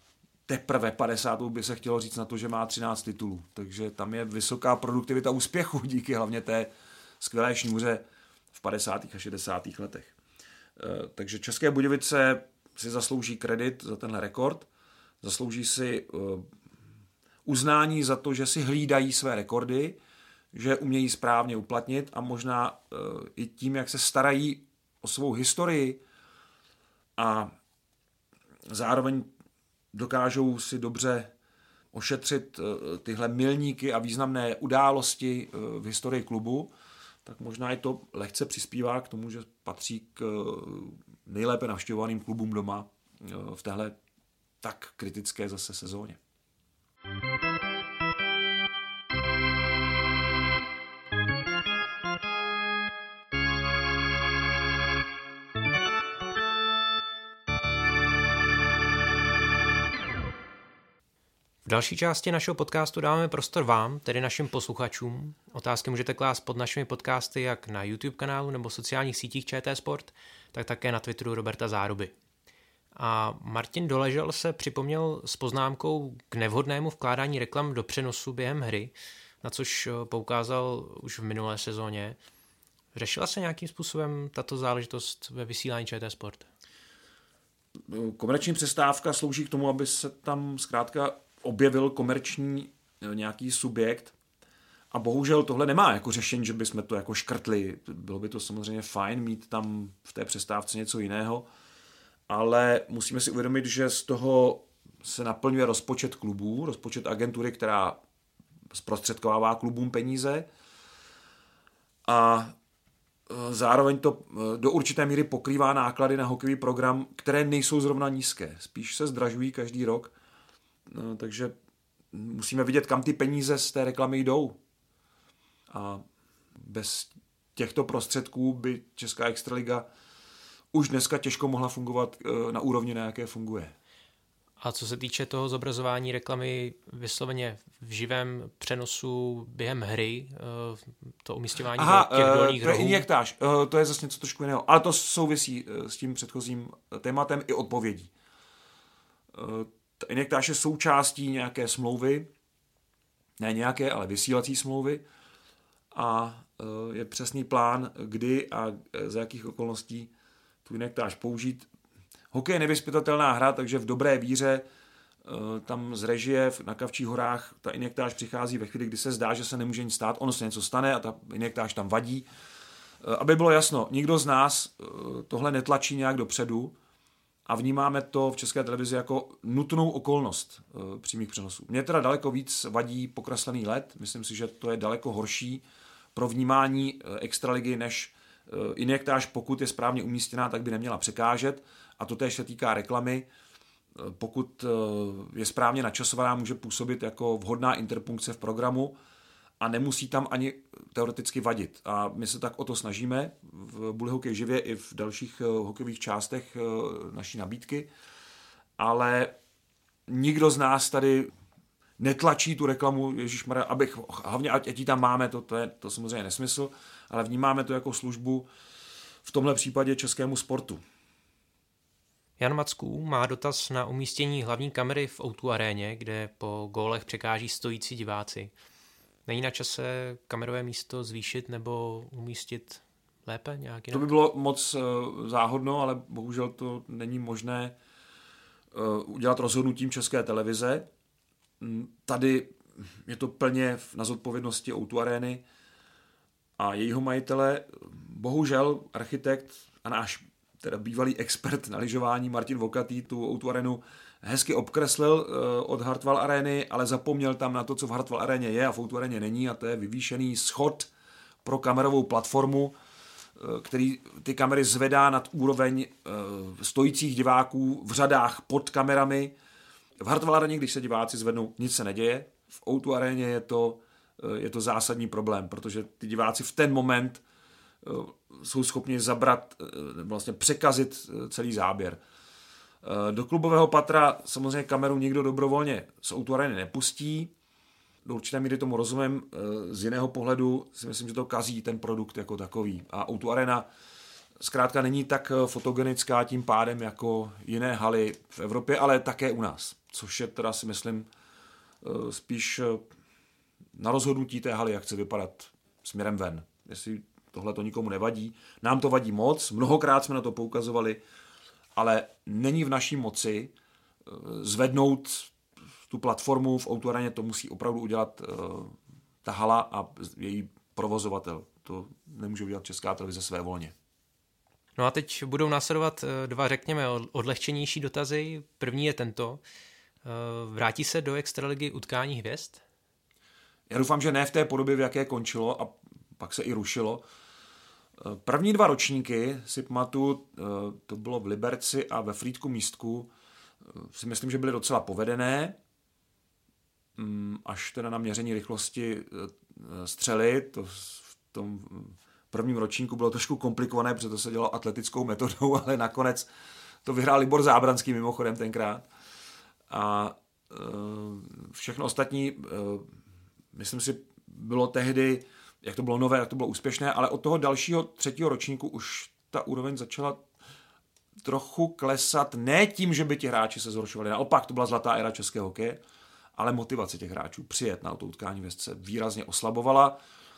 teprve 50. by se chtělo říct na to, že má 13 titulů. Takže tam je vysoká produktivita úspěchu díky hlavně té skvělé šňůře v 50. a 60. letech. Takže České Budějovice si zaslouží kredit za tenhle rekord, zaslouží si uznání za to, že si hlídají své rekordy, že umějí správně uplatnit a možná i tím, jak se starají o svou historii a zároveň dokážou si dobře ošetřit tyhle milníky a významné události v historii klubu, tak možná i to lehce přispívá k tomu, že patří k nejlépe navštěvovaným klubům doma v téhle tak kritické zase sezóně. V další části našeho podcastu dáme prostor vám, tedy našim posluchačům. Otázky můžete klást pod našimi podcasty jak na YouTube kanálu nebo sociálních sítích ČT Sport, tak také na Twitteru Roberta Záruby. A Martin Doležel se připomněl s poznámkou k nevhodnému vkládání reklam do přenosu během hry, na což poukázal už v minulé sezóně. Řešila se nějakým způsobem tato záležitost ve vysílání ČT Sport? Komerční přestávka slouží k tomu, aby se tam zkrátka objevil komerční nějaký subjekt a bohužel tohle nemá jako řešení, že bychom to jako škrtli. Bylo by to samozřejmě fajn mít tam v té přestávce něco jiného, ale musíme si uvědomit, že z toho se naplňuje rozpočet klubů, rozpočet agentury, která zprostředkovává klubům peníze a zároveň to do určité míry pokrývá náklady na hokejový program, které nejsou zrovna nízké. Spíš se zdražují každý rok. Takže musíme vidět, kam ty peníze z té reklamy jdou. A bez těchto prostředků by Česká extraliga už dneska těžko mohla fungovat na úrovni, na jaké funguje. A co se týče toho zobrazování reklamy vysloveně v živém přenosu během hry, to umísťování do těch dolních rohů? To je injektáž, to je zase něco trošku jiného, ale to souvisí s tím předchozím tématem i odpovědí. Ta injektáž je součástí nějaké smlouvy, ne nějaké, ale vysílací smlouvy a je přesný plán, kdy a za jakých okolností tu injektáž použít. Hokej je nevyzpytatelná hra, takže v dobré víře tam z režie na Kavčích horách ta injektáž přichází ve chvíli, kdy se zdá, že se nemůže nic stát, ono se něco stane a ta injektáž tam vadí. Aby bylo jasno, nikdo z nás tohle netlačí nějak dopředu a vnímáme to v České televizi jako nutnou okolnost přímých přenosů. Mně teda daleko víc vadí pokreslený led, myslím si, že to je daleko horší pro vnímání extraligy než injektáž, pokud je správně umístěná, tak by neměla překážet. A to též se týká reklamy. Pokud je správně načasovaná, může působit jako vhodná interpunkce v programu a nemusí tam ani teoreticky vadit. A my se tak o to snažíme v Bully Hokej živě i v dalších hokejových částech naší nabídky. Ale nikdo z nás tady netlačí tu reklamu, ježišmarja, hlavně ať ji tam máme, to samozřejmě nesmysl, ale vnímáme to jako službu v tomhle případě českému sportu. Jan Macků má dotaz na umístění hlavní kamery v O2 aréně, kde po gólech překáží stojící diváci. Není na čase kamerové místo zvýšit nebo umístit lépe nějak jinak? To by bylo moc záhodno, ale bohužel to není možné udělat rozhodnutím České televize. Tady je to plně na zodpovědnosti O2 arény a jejího majitele. Bohužel architekt a náš teda bývalý expert na lyžování Martin Vokatý tu O2 arénu hezky obkreslil od Hartwall arény, ale zapomněl tam na to, co v Hartwall aréně je a v O2 aréně není, a to je vyvýšený schod pro kamerovou platformu, který ty kamery zvedá nad úroveň stojících diváků v řadách pod kamerami. V Hartwall aréně, když se diváci zvednou, nic se neděje. V O2 aréně je to zásadní problém, protože ty diváci v ten moment jsou schopni zabrat, vlastně překazit celý záběr. Do klubového patra samozřejmě kameru nikdo dobrovolně z O2 arény nepustí. Do určité míry tomu rozumím. Z jiného pohledu si myslím, že to kazí ten produkt jako takový. A O2 arena zkrátka není tak fotogenická tím pádem jako jiné haly v Evropě, ale také u nás. což je teda si myslím spíš na rozhodnutí té haly, jak chce vypadat směrem ven. Jestli tohle to nikomu nevadí. Nám to vadí moc, mnohokrát jsme na to poukazovali, ale není v naší moci zvednout tu platformu v O2 Areně, to musí opravdu udělat ta hala a její provozovatel. To nemůže udělat Česká televize svévolně. No a teď budou následovat dva, řekněme, odlehčenější dotazy. První je tento. Vrátí se do extraligy utkání hvězd? Já doufám, že ne v té podobě, v jaké končilo a pak se i rušilo. První 2 ročníky, si pamatuju, to bylo v Liberci a ve Frýdku Místku, si myslím, že byly docela povedené, až teda na měření rychlosti střely. To v tom prvním ročníku bylo trošku komplikované, protože to se dělalo atletickou metodou, ale nakonec to vyhrál Libor Zábranský mimochodem tenkrát. A všechno ostatní, myslím si, bylo tehdy, jak to bylo nové, jak to bylo úspěšné, ale od toho dalšího 3. ročníku už ta úroveň začala trochu klesat, ne tím, že by ti hráči se zhoršovali, naopak to byla zlatá éra českého hokeje, ale motivace těch hráčů přijet na to utkání hvězd se výrazně oslabovala.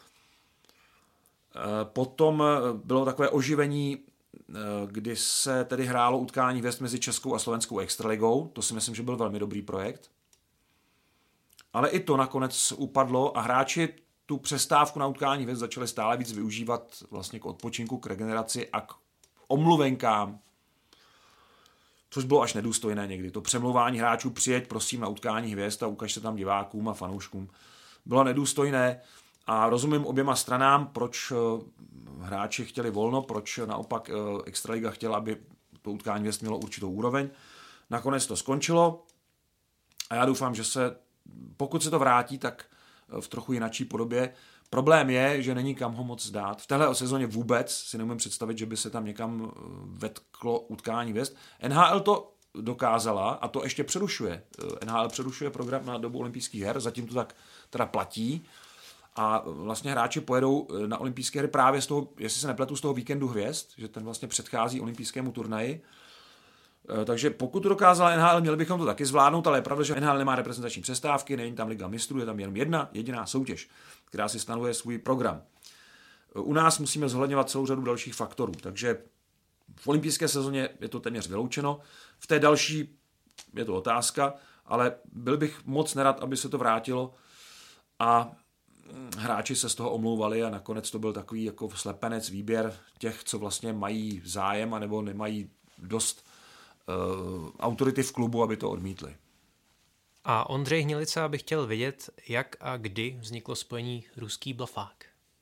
Potom bylo takové oživení, kdy se tedy hrálo utkání hvězd mezi Českou a Slovenskou extraligou, to si myslím, že byl velmi dobrý projekt. Ale i to nakonec upadlo a hráči tu přestávku na utkání hvězd začali stále víc využívat vlastně k odpočinku, k regeneraci a k omluvenkám, což bylo až nedůstojné někdy. To přemlouvání hráčů přijeď prosím na utkání hvězd a ukaž se tam divákům a fanouškům bylo nedůstojné a rozumím oběma stranám, proč hráči chtěli volno, proč naopak extraliga chtěla, aby to utkání hvězd mělo určitou úroveň. Nakonec to skončilo a já doufám, že pokud se to vrátí, tak v trochu jinačí podobě. Problém je, že není kam ho moc dát. V téhle sezóně vůbec si neumím představit, že by se tam někam vetklo utkání hvězd. NHL to dokázala a to ještě přerušuje. NHL přerušuje program na dobu olympijských her, zatím to tak teda platí. A vlastně hráči pojedou na olympijské hry právě z toho, jestli se nepletu, z toho víkendu hvězd, že ten vlastně předchází olympijskému turnaji. Takže pokud to dokázala NHL, měli bychom to taky zvládnout, ale je pravda, že NHL nemá reprezentační přestávky, není tam Liga mistrů, je tam jenom jedna jediná soutěž, která si stanovuje svůj program. U nás musíme zohledňovat celou řadu dalších faktorů, takže v olympijské sezóně je to téměř vyloučeno, v té další je to otázka, ale byl bych moc nerad, aby se to vrátilo a hráči se z toho omlouvali a nakonec to byl takový jako slepenec výběr těch, co vlastně mají zájem anebo nemají dost autority v klubu, aby to odmítli. A Ondřej Hnilica by chtěl vědět, jak a kdy vzniklo spojení ruský blafák.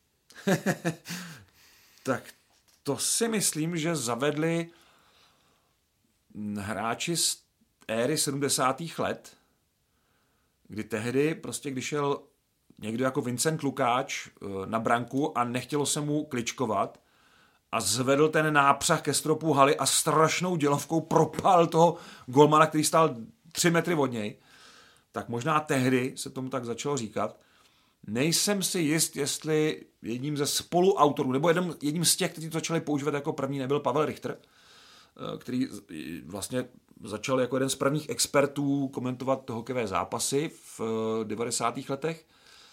Tak to si myslím, že zavedli hráči z éry 70. let, kdy tehdy prostě, když šel někdo jako Vincent Lukáč na branku a nechtělo se mu kličkovat a zvedl ten nápřah ke stropu haly a strašnou dělovkou propál toho golmana, který stál 3 metry od něj, tak možná tehdy se tomu tak začalo říkat. Nejsem si jist, jestli jedním ze spoluautorů, nebo jedním z těch, kteří to začali používat jako první, nebyl Pavel Richter, který vlastně začal jako jeden z prvních expertů komentovat hokejové zápasy v 90. letech.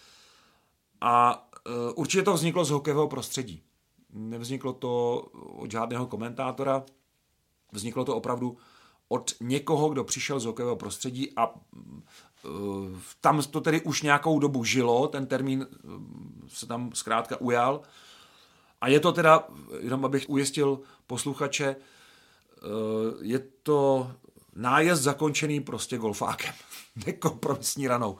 A určitě to vzniklo z hokejového prostředí. Nevzniklo to od žádného komentátora, vzniklo to opravdu od někoho, kdo přišel z hokejového prostředí a tam to tedy už nějakou dobu žilo, ten termín se tam zkrátka ujal. A je to teda, jenom abych ujistil posluchače, je to nájezd zakončený prostě golfákem, nekompromisní ranou.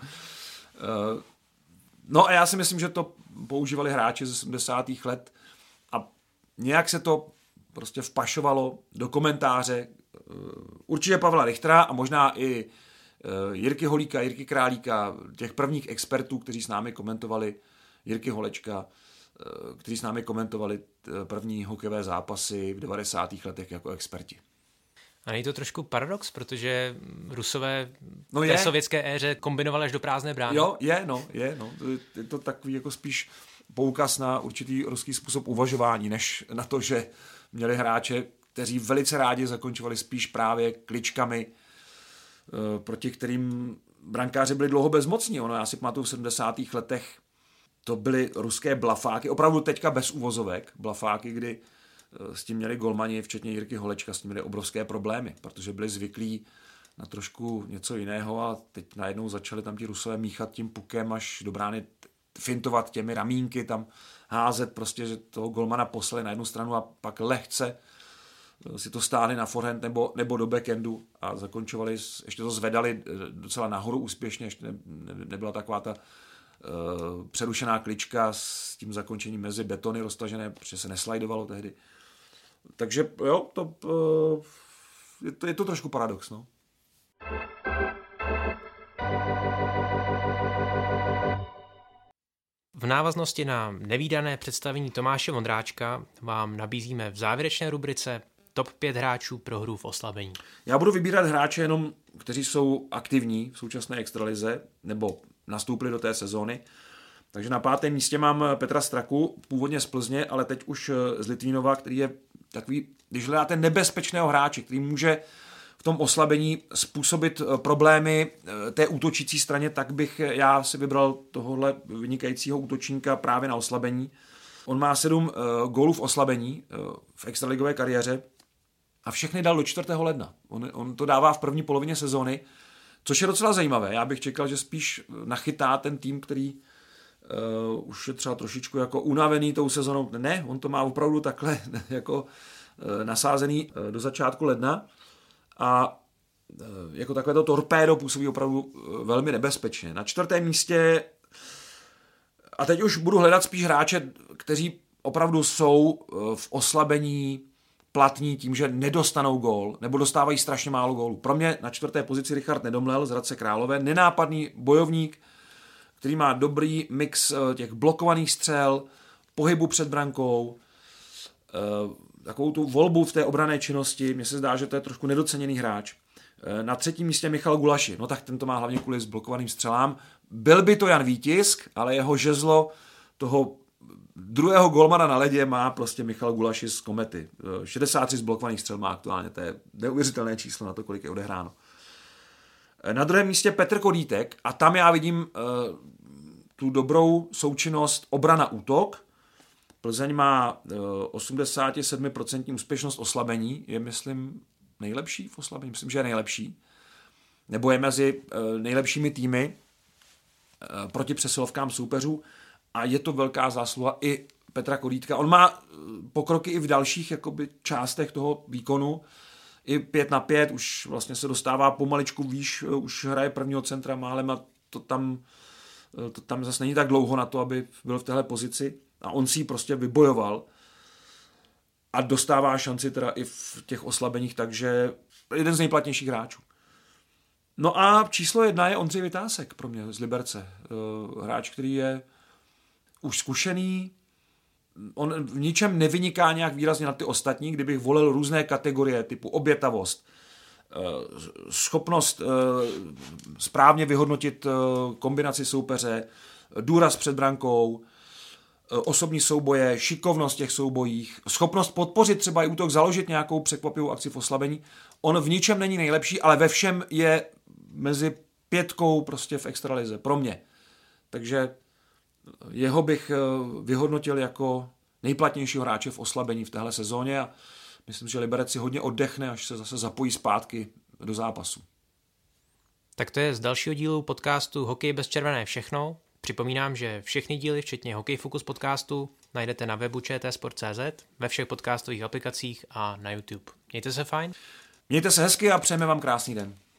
No a já si myslím, že to používali hráči ze 70. let a nějak se to prostě vpašovalo do komentáře určitě Pavla Richtera a možná i Jirky Holíka, Jirky Králíka, těch prvních expertů, kteří s námi komentovali, Jirky Holečka, kteří s námi komentovali první hokejové zápasy v 90. letech jako experti. A není to trošku paradox, protože Rusové v té sovětské éře kombinovali až do prázdné brány? Jo, je. Je to takový jako spíš poukaz na určitý ruský způsob uvažování, než na to, že měli hráče, kteří velice rádi zakončovali spíš právě kličkami, proti kterým brankáři byli dlouho bezmocní. Ono, já si pamatuju v 70. letech to byly ruské blafáky, opravdu teďka bez uvozovek, blafáky, kdy s tím měli golmani, včetně Jirky Holečka, s tím měli obrovské problémy, protože byli zvyklí na trošku něco jiného a teď najednou začali tam ti Rusové míchat tím pukem až do brány, fintovat těmi ramínky, tam házet prostě, že toho golmana poslali na jednu stranu a pak lehce si to stáhli na forehand nebo do backendu a zakončovali, ještě to zvedali docela nahoru úspěšně, ještě nebyla taková ta přerušená klička s tím zakončením mezi betony roztažené, protože se neslajdovalo tehdy. Takže jo, je to trošku paradox, no. V návaznosti na nevídané představení Tomáše Vondráčka vám nabízíme v závěrečné rubrice top 5 hráčů pro hru v oslabení. Já budu vybírat hráče jenom, kteří jsou aktivní v současné extralize nebo nastoupili do té sezóny. Takže na 5. místě mám Petra Straku, původně z Plzně, ale teď už z Litvínova, který je takový, když hledáte nebezpečného hráče, který může v tom oslabení způsobit problémy té útočící straně, tak bych já si vybral tohohle vynikajícího útočníka právě na oslabení. On má 7 gólů v oslabení v extraligové kariéře a všechny dal do 4. ledna. On to dává v první polovině sezóny, což je docela zajímavé. Já bych čekal, že spíš nachytá ten tým, který už je třeba trošičku jako unavený tou sezónou. Ne, on to má opravdu takhle jako nasázený do začátku ledna a jako takové to torpédo působí opravdu velmi nebezpečně. Na 4. místě, a teď už budu hledat spíš hráče, kteří opravdu jsou v oslabení platní tím, že nedostanou gól, nebo dostávají strašně málo gólů. Pro mě na 4. pozici Richard Nedomlel z Hradce Králové, nenápadný bojovník, který má dobrý mix těch blokovaných střel, pohybu před brankou, takovou tu volbu v té obranné činnosti. Mně se zdá, že to je trošku nedoceněný hráč. Na 3. místě Michal Gulaši. No tak ten to má hlavně kvůli zblokovaným střelám. Byl by to Jan Vítisk, ale jeho žezlo toho druhého golmana na ledě má prostě Michal Gulaši z Komety. 63 zblokovaných střel má aktuálně. To je neuvěřitelné číslo na to, kolik je odehráno. Na 2. místě Petr Kodítek a tam já vidím tu dobrou součinnost obrana-útok. Plzeň má 87% úspěšnost oslabení, je myslím nejlepší v oslabení, myslím, že je nejlepší. Nebo je mezi nejlepšími týmy proti přesilovkám soupeřů a je to velká zásluha i Petra Kodítka. On má pokroky i v dalších jakoby, částech toho výkonu, i 5-5, už vlastně se dostává pomaličku výš, už hraje prvního centra málem a to tam zase není tak dlouho na to, aby byl v téhle pozici a on si ji prostě vybojoval a dostává šanci teda i v těch oslabeních, takže jeden z nejplatnějších hráčů. No a číslo 1 je Ondřej Vytásek pro mě z Liberce. Hráč, který je už zkušený, on v ničem nevyniká nějak výrazně na ty ostatní, kdybych volil různé kategorie typu obětavost, schopnost správně vyhodnotit kombinaci soupeře, důraz před brankou, osobní souboje, šikovnost v těch soubojích, schopnost podpořit třeba i útok, založit nějakou překvapivou akci v oslabení. On v ničem není nejlepší, ale ve všem je mezi 5 prostě v extralize, pro mě. Takže jeho bych vyhodnotil jako nejplatnějšího hráče v oslabení v téhle sezóně a myslím, že Liberec si hodně oddechne, až se zase zapojí zpátky do zápasu. Tak to je z dalšího dílu podcastu Hokej bez červené všechno. Připomínám, že všechny díly, včetně Hokej Focus podcastu, najdete na webu čtsport.cz, ve všech podcastových aplikacích a na YouTube. Mějte se fajn. Mějte se hezky a přejeme vám krásný den.